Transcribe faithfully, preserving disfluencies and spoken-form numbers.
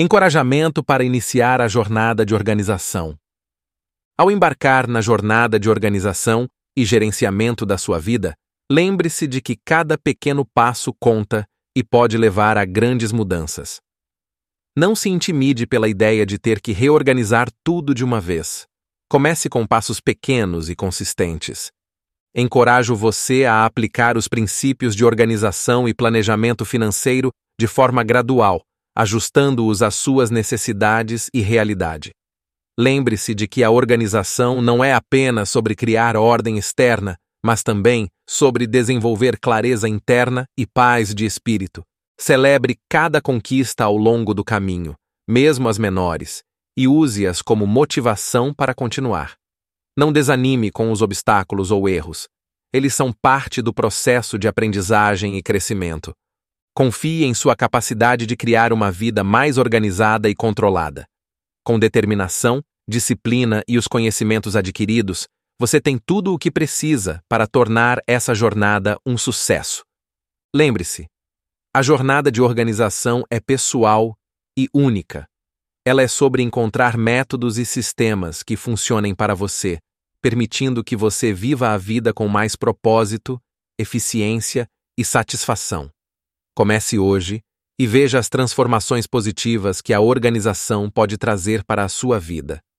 Encorajamento para iniciar a jornada de organização. Ao embarcar na jornada de organização e gerenciamento da sua vida, lembre-se de que cada pequeno passo conta e pode levar a grandes mudanças. Não se intimide pela ideia de ter que reorganizar tudo de uma vez. Comece com passos pequenos e consistentes. Encorajo você a aplicar os princípios de organização e planejamento financeiro de forma gradual, ajustando-os às suas necessidades e realidade. Lembre-se de que a organização não é apenas sobre criar ordem externa, mas também sobre desenvolver clareza interna e paz de espírito. Celebre cada conquista ao longo do caminho, mesmo as menores, e use-as como motivação para continuar. Não desanime com os obstáculos ou erros. Eles são parte do processo de aprendizagem e crescimento. Confie em sua capacidade de criar uma vida mais organizada e controlada. Com determinação, disciplina e os conhecimentos adquiridos, você tem tudo o que precisa para tornar essa jornada um sucesso. Lembre-se, a jornada de organização é pessoal e única. Ela é sobre encontrar métodos e sistemas que funcionem para você, permitindo que você viva a vida com mais propósito, eficiência e satisfação. Comece hoje e veja as transformações positivas que a organização pode trazer para a sua vida.